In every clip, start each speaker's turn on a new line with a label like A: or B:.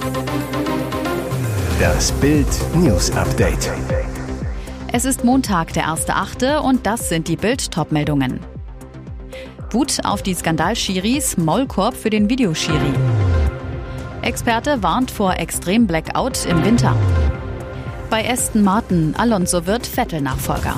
A: Das Bild News Update.
B: Es ist Montag, der 1.8. und das sind die Bild-Top-Meldungen. Wut auf die Skandal-Schiris, Maulkorb für den Videoschiri. Experte warnt vor Extrem-Blackout im Winter. Bei Aston Martin, Alonso wird Vettel-Nachfolger.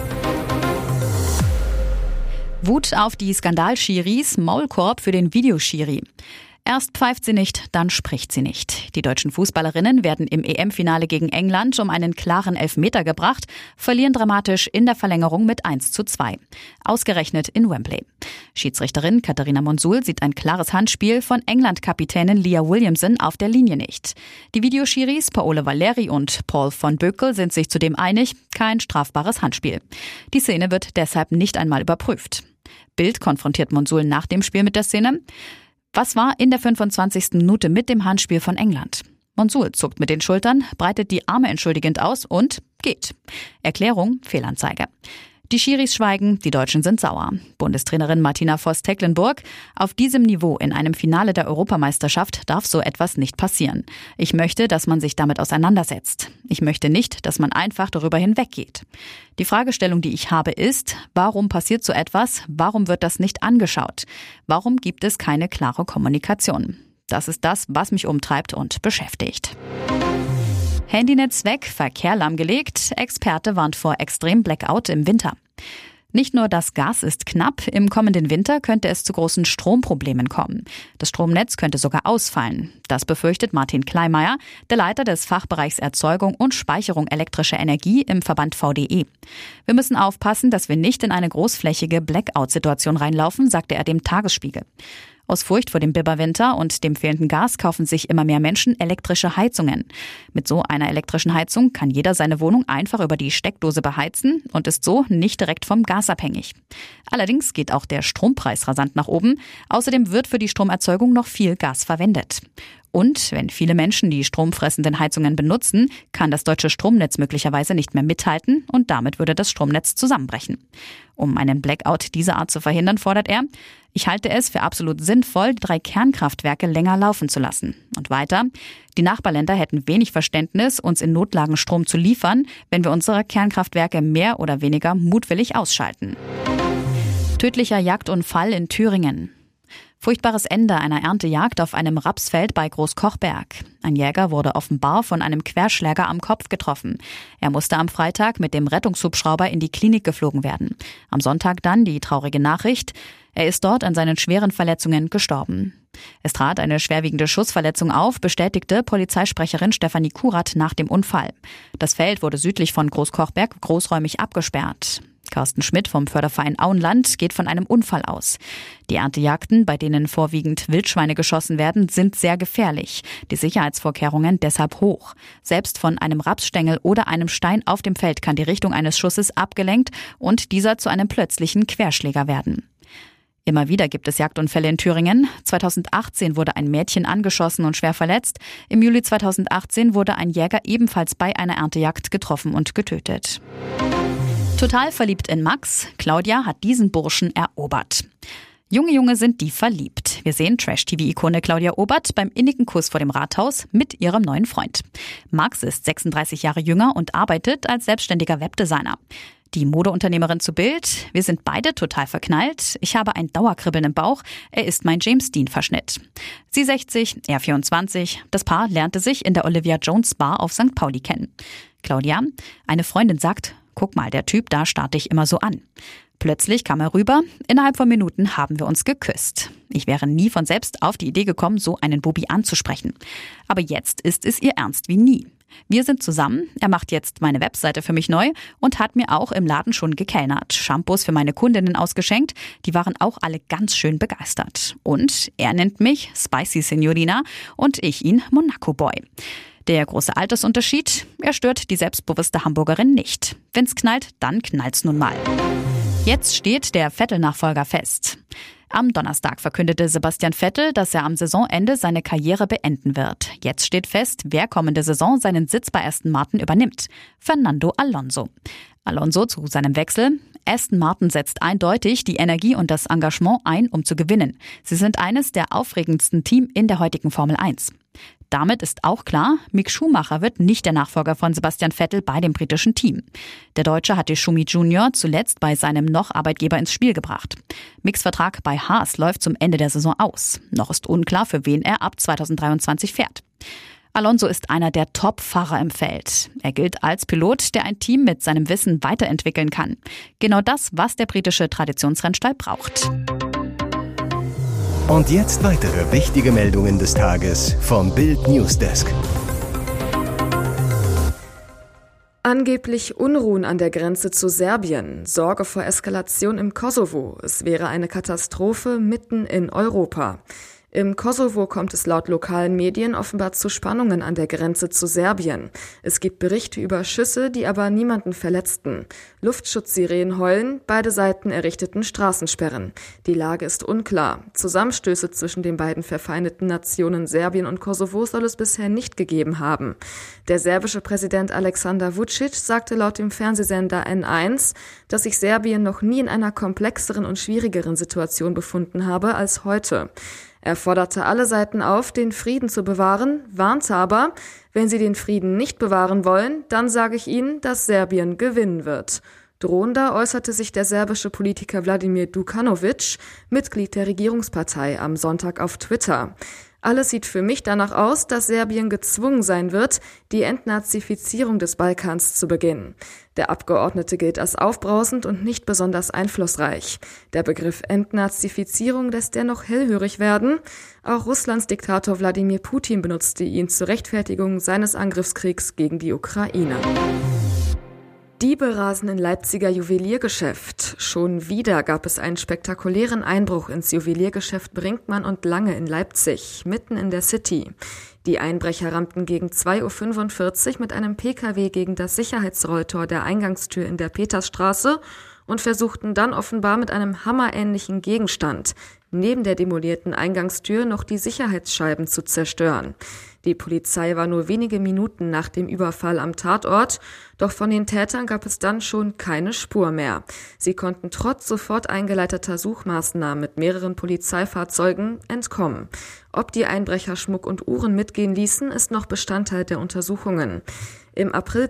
B: Wut auf die Skandal-Schiris, Maulkorb für den Videoschiri. Erst pfeift sie nicht, dann spricht sie nicht. Die deutschen Fußballerinnen werden im EM-Finale gegen England um einen klaren Elfmeter gebracht, verlieren dramatisch in der Verlängerung mit 1:2. Ausgerechnet in Wembley. Schiedsrichterin Katharina Monsul sieht ein klares Handspiel von England-Kapitänin Leah Williamson auf der Linie nicht. Die Videoschiris Paolo Valeri und Paul von Böckel sind sich zudem einig, kein strafbares Handspiel. Die Szene wird deshalb nicht einmal überprüft. Bild konfrontiert Monsul nach dem Spiel mit der Szene. Was war in der 25. Minute mit dem Handspiel von England? Monsul zuckt mit den Schultern, breitet die Arme entschuldigend aus und geht. Erklärung: Fehlanzeige. Die Schiris schweigen, die Deutschen sind sauer. Bundestrainerin Martina Voss-Tecklenburg: Auf diesem Niveau in einem Finale der Europameisterschaft darf so etwas nicht passieren. Ich möchte, dass man sich damit auseinandersetzt. Ich möchte nicht, dass man einfach darüber hinweggeht. Die Fragestellung, die ich habe, ist: Warum passiert so etwas? Warum wird das nicht angeschaut? Warum gibt es keine klare Kommunikation? Das ist das, was mich umtreibt und beschäftigt. Handynetz weg, Verkehr lahmgelegt, Experte warnt vor Extrem-Blackout im Winter. Nicht nur das Gas ist knapp, im kommenden Winter könnte es zu großen Stromproblemen kommen. Das Stromnetz könnte sogar ausfallen. Das befürchtet Martin Kleinmeier, der Leiter des Fachbereichs Erzeugung und Speicherung elektrischer Energie im Verband VDE. Wir müssen aufpassen, dass wir nicht in eine großflächige Blackout-Situation reinlaufen, sagte er dem Tagesspiegel. Aus Furcht vor dem Biberwinter und dem fehlenden Gas kaufen sich immer mehr Menschen elektrische Heizungen. Mit so einer elektrischen Heizung kann jeder seine Wohnung einfach über die Steckdose beheizen und ist so nicht direkt vom Gas abhängig. Allerdings geht auch der Strompreis rasant nach oben. Außerdem wird für die Stromerzeugung noch viel Gas verwendet. Und wenn viele Menschen die stromfressenden Heizungen benutzen, kann das deutsche Stromnetz möglicherweise nicht mehr mithalten und damit würde das Stromnetz zusammenbrechen. Um einen Blackout dieser Art zu verhindern, fordert er: Ich halte es für absolut sinnvoll, 3 Kernkraftwerke länger laufen zu lassen. Und weiter: Die Nachbarländer hätten wenig Verständnis, uns in Notlagen Strom zu liefern, wenn wir unsere Kernkraftwerke mehr oder weniger mutwillig ausschalten. Tödlicher Jagdunfall in Thüringen. Furchtbares Ende einer Erntejagd auf einem Rapsfeld bei Großkochberg. Ein Jäger wurde offenbar von einem Querschläger am Kopf getroffen. Er musste am Freitag mit dem Rettungshubschrauber in die Klinik geflogen werden. Am Sonntag dann die traurige Nachricht: Er ist dort an seinen schweren Verletzungen gestorben. Es trat eine schwerwiegende Schussverletzung auf, bestätigte Polizeisprecherin Stefanie Kurat nach dem Unfall. Das Feld wurde südlich von Großkochberg großräumig abgesperrt. Carsten Schmidt vom Förderverein Auenland geht von einem Unfall aus. Die Erntejagden, bei denen vorwiegend Wildschweine geschossen werden, sind sehr gefährlich. Die Sicherheitsvorkehrungen deshalb hoch. Selbst von einem Rapsstängel oder einem Stein auf dem Feld kann die Richtung eines Schusses abgelenkt und dieser zu einem plötzlichen Querschläger werden. Immer wieder gibt es Jagdunfälle in Thüringen. 2018 wurde ein Mädchen angeschossen und schwer verletzt. Im Juli 2018 wurde ein Jäger ebenfalls bei einer Erntejagd getroffen und getötet. Total verliebt in Max. Claudia hat diesen Burschen erobert. Junge sind die verliebt. Wir sehen Trash-TV-Ikone Claudia Obert beim innigen Kuss vor dem Rathaus mit ihrem neuen Freund. Max ist 36 Jahre jünger und arbeitet als selbstständiger Webdesigner. Die Modeunternehmerin zu Bild: Wir sind beide total verknallt. Ich habe ein Dauerkribbeln im Bauch. Er ist mein James-Dean-Verschnitt. Sie 60, er 24. Das Paar lernte sich in der Olivia Jones Bar auf St. Pauli kennen. Claudia: Eine Freundin sagt: Guck mal, der Typ, da starte ich immer so an. Plötzlich kam er rüber. Innerhalb von Minuten haben wir uns geküsst. Ich wäre nie von selbst auf die Idee gekommen, so einen Bubi anzusprechen. Aber jetzt ist es ihr ernst wie nie. Wir sind zusammen, er macht jetzt meine Webseite für mich neu und hat mir auch im Laden schon gekellnert, Shampoos für meine Kundinnen ausgeschenkt, die waren auch alle ganz schön begeistert. Und er nennt mich Spicy Signorina und ich ihn Monaco Boy. Der große Altersunterschied: Er stört die selbstbewusste Hamburgerin nicht. Wenn's knallt, dann knallt's nun mal. Jetzt steht der Vettel-Nachfolger fest. Am Donnerstag verkündete Sebastian Vettel, dass er am Saisonende seine Karriere beenden wird. Jetzt steht fest, wer kommende Saison seinen Sitz bei Aston Martin übernimmt: Fernando Alonso. Alonso zu seinem Wechsel: Aston Martin setzt eindeutig die Energie und das Engagement ein, um zu gewinnen. Sie sind eines der aufregendsten Teams in der heutigen Formel 1. Damit ist auch klar, Mick Schumacher wird nicht der Nachfolger von Sebastian Vettel bei dem britischen Team. Der Deutsche hatte Schumi Junior zuletzt bei seinem noch Arbeitgeber ins Spiel gebracht. Micks Vertrag bei Haas läuft zum Ende der Saison aus. Noch ist unklar, für wen er ab 2023 fährt. Alonso ist einer der Top-Fahrer im Feld. Er gilt als Pilot, der ein Team mit seinem Wissen weiterentwickeln kann. Genau das, was der britische Traditionsrennstall braucht.
A: Und jetzt weitere wichtige Meldungen des Tages vom Bild Newsdesk.
C: Angeblich Unruhen an der Grenze zu Serbien, Sorge vor Eskalation im Kosovo. Es wäre eine Katastrophe mitten in Europa. Im Kosovo kommt es laut lokalen Medien offenbar zu Spannungen an der Grenze zu Serbien. Es gibt Berichte über Schüsse, die aber niemanden verletzten. Luftschutzsirenen heulen, beide Seiten errichteten Straßensperren. Die Lage ist unklar. Zusammenstöße zwischen den beiden verfeindeten Nationen Serbien und Kosovo soll es bisher nicht gegeben haben. Der serbische Präsident Aleksandar Vučić sagte laut dem Fernsehsender N1, dass sich Serbien noch nie in einer komplexeren und schwierigeren Situation befunden habe als heute. Er forderte alle Seiten auf, den Frieden zu bewahren, warnte aber, wenn sie den Frieden nicht bewahren wollen, dann sage ich ihnen, dass Serbien gewinnen wird. Drohender äußerte sich der serbische Politiker Vladimir Đukanović, Mitglied der Regierungspartei, am Sonntag auf Twitter. Alles sieht für mich danach aus, dass Serbien gezwungen sein wird, die Entnazifizierung des Balkans zu beginnen. Der Abgeordnete gilt als aufbrausend und nicht besonders einflussreich. Der Begriff Entnazifizierung lässt dennoch hellhörig werden. Auch Russlands Diktator Wladimir Putin benutzte ihn zur Rechtfertigung seines Angriffskriegs gegen die Ukraine. Diebe rasen in Leipziger Juweliergeschäft. Schon wieder gab es einen spektakulären Einbruch ins Juweliergeschäft Brinkmann und Lange in Leipzig, mitten in der City. Die Einbrecher rammten gegen 2:45 Uhr mit einem Pkw gegen das Sicherheitsrolltor der Eingangstür in der Petersstraße und versuchten dann offenbar mit einem hammerähnlichen Gegenstand neben der demolierten Eingangstür noch die Sicherheitsscheiben zu zerstören. Die Polizei war nur wenige Minuten nach dem Überfall am Tatort, doch von den Tätern gab es dann schon keine Spur mehr. Sie konnten trotz sofort eingeleiteter Suchmaßnahmen mit mehreren Polizeifahrzeugen entkommen. Ob die Einbrecher Schmuck und Uhren mitgehen ließen, ist noch Bestandteil der Untersuchungen. Im April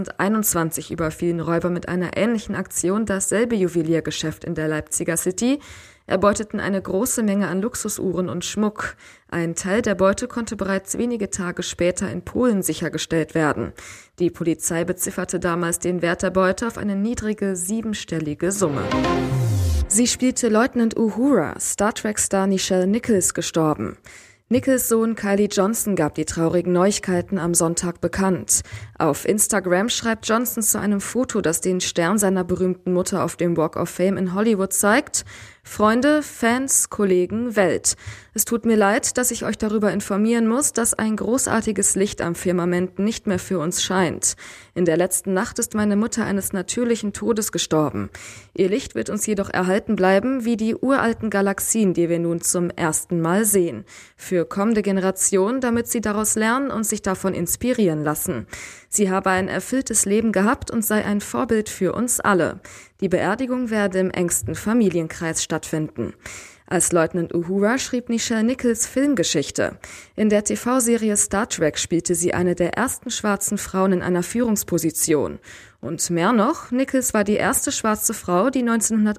C: 2021 überfielen Räuber mit einer ähnlichen Aktion dasselbe Juweliergeschäft in der Leipziger City, erbeuteten eine große Menge an Luxusuhren und Schmuck. Ein Teil der Beute konnte bereits wenige Tage später in Polen sichergestellt werden. Die Polizei bezifferte damals den Wert der Beute auf eine niedrige 7-stellige Summe. Sie spielte Leutnant Uhura, Star Trek-Star Nichelle Nichols, gestorben. Nichols Sohn Kylie Johnson gab die traurigen Neuigkeiten am Sonntag bekannt. Auf Instagram schreibt Johnson zu einem Foto, das den Stern seiner berühmten Mutter auf dem Walk of Fame in Hollywood zeigt: Freunde, Fans, Kollegen, Welt. Es tut mir leid, dass ich euch darüber informieren muss, dass ein großartiges Licht am Firmament nicht mehr für uns scheint. In der letzten Nacht ist meine Mutter eines natürlichen Todes gestorben. Ihr Licht wird uns jedoch erhalten bleiben, wie die uralten Galaxien, die wir nun zum ersten Mal sehen. Für kommende Generationen, damit sie daraus lernen und sich davon inspirieren lassen. Sie habe ein erfülltes Leben gehabt und sei ein Vorbild für uns alle. Die Beerdigung werde im engsten Familienkreis stattfinden. Als Leutnant Uhura schrieb Nichelle Nichols Filmgeschichte. In der TV-Serie Star Trek spielte sie eine der ersten schwarzen Frauen in einer Führungsposition. Und mehr noch, Nichols war die erste schwarze Frau, die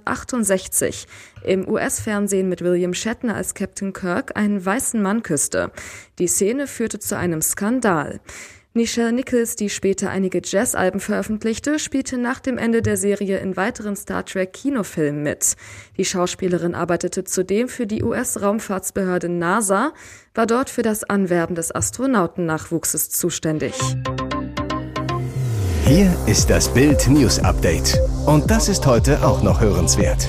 C: 1968 im US-Fernsehen mit William Shatner als Captain Kirk einen weißen Mann küsste. Die Szene führte zu einem Skandal. Nichelle Nichols, die später einige Jazzalben veröffentlichte, spielte nach dem Ende der Serie in weiteren Star Trek-Kinofilmen mit. Die Schauspielerin arbeitete zudem für die US-Raumfahrtsbehörde NASA, war dort für das Anwerben des Astronautennachwuchses zuständig.
A: Hier ist das Bild News Update. Und das ist heute auch noch hörenswert.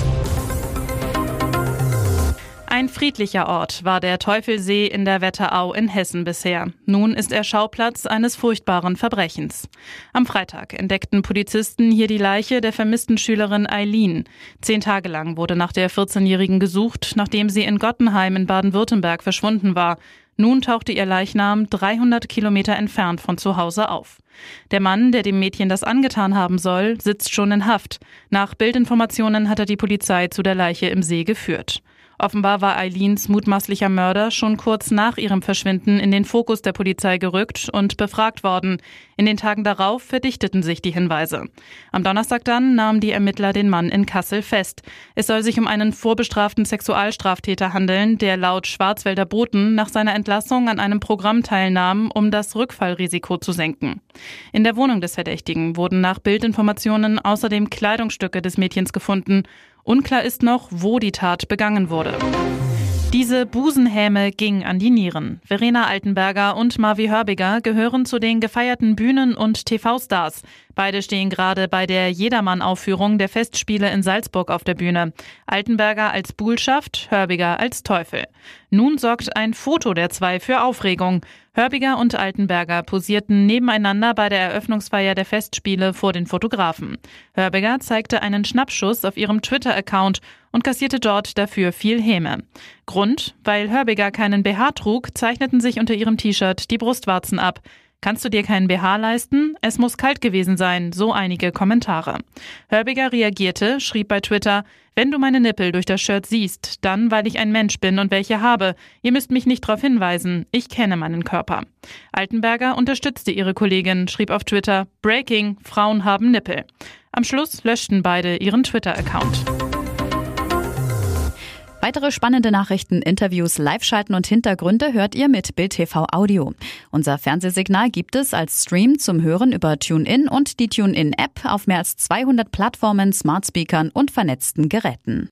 D: Ein friedlicher Ort war der Teufelsee in der Wetterau in Hessen bisher. Nun ist er Schauplatz eines furchtbaren Verbrechens. Am Freitag entdeckten Polizisten hier die Leiche der vermissten Schülerin Eileen. 10 Tage lang wurde nach der 14-Jährigen gesucht, nachdem sie in Gottenheim in Baden-Württemberg verschwunden war. Nun tauchte ihr Leichnam 300 Kilometer entfernt von zu Hause auf. Der Mann, der dem Mädchen das angetan haben soll, sitzt schon in Haft. Nach Bildinformationen hat er die Polizei zu der Leiche im See geführt. Offenbar war Ayleens mutmaßlicher Mörder schon kurz nach ihrem Verschwinden in den Fokus der Polizei gerückt und befragt worden. In den Tagen darauf verdichteten sich die Hinweise. Am Donnerstag dann nahmen die Ermittler den Mann in Kassel fest. Es soll sich um einen vorbestraften Sexualstraftäter handeln, der laut Schwarzwälder Boten nach seiner Entlassung an einem Programm teilnahm, um das Rückfallrisiko zu senken. In der Wohnung des Verdächtigen wurden nach Bildinformationen außerdem Kleidungsstücke des Mädchens gefunden. Unklar ist noch, wo die Tat begangen wurde. Diese Busenhäme ging an die Nieren. Verena Altenberger und Marvi Hörbiger gehören zu den gefeierten Bühnen- und TV-Stars. Beide stehen gerade bei der Jedermann-Aufführung der Festspiele in Salzburg auf der Bühne. Altenberger als Buhlschaft, Hörbiger als Teufel. Nun sorgt ein Foto der zwei für Aufregung. Hörbiger und Altenberger posierten nebeneinander bei der Eröffnungsfeier der Festspiele vor den Fotografen. Hörbiger zeigte einen Schnappschuss auf ihrem Twitter-Account und kassierte dort dafür viel Häme. Grund? Weil Hörbiger keinen BH trug, zeichneten sich unter ihrem T-Shirt die Brustwarzen ab. Kannst du dir keinen BH leisten? Es muss kalt gewesen sein, so einige Kommentare. Hörbiger reagierte, schrieb bei Twitter: Wenn du meine Nippel durch das Shirt siehst, dann weil ich ein Mensch bin und welche habe. Ihr müsst mich nicht darauf hinweisen, ich kenne meinen Körper. Altenberger unterstützte ihre Kollegin, schrieb auf Twitter: Breaking, Frauen haben Nippel. Am Schluss löschten beide ihren Twitter-Account.
B: Weitere spannende Nachrichten, Interviews, Live-Schalten und Hintergründe hört ihr mit Bild TV Audio. Unser Fernsehsignal gibt es als Stream zum Hören über TuneIn und die TuneIn-App auf mehr als 200 Plattformen, Smartspeakern und vernetzten Geräten.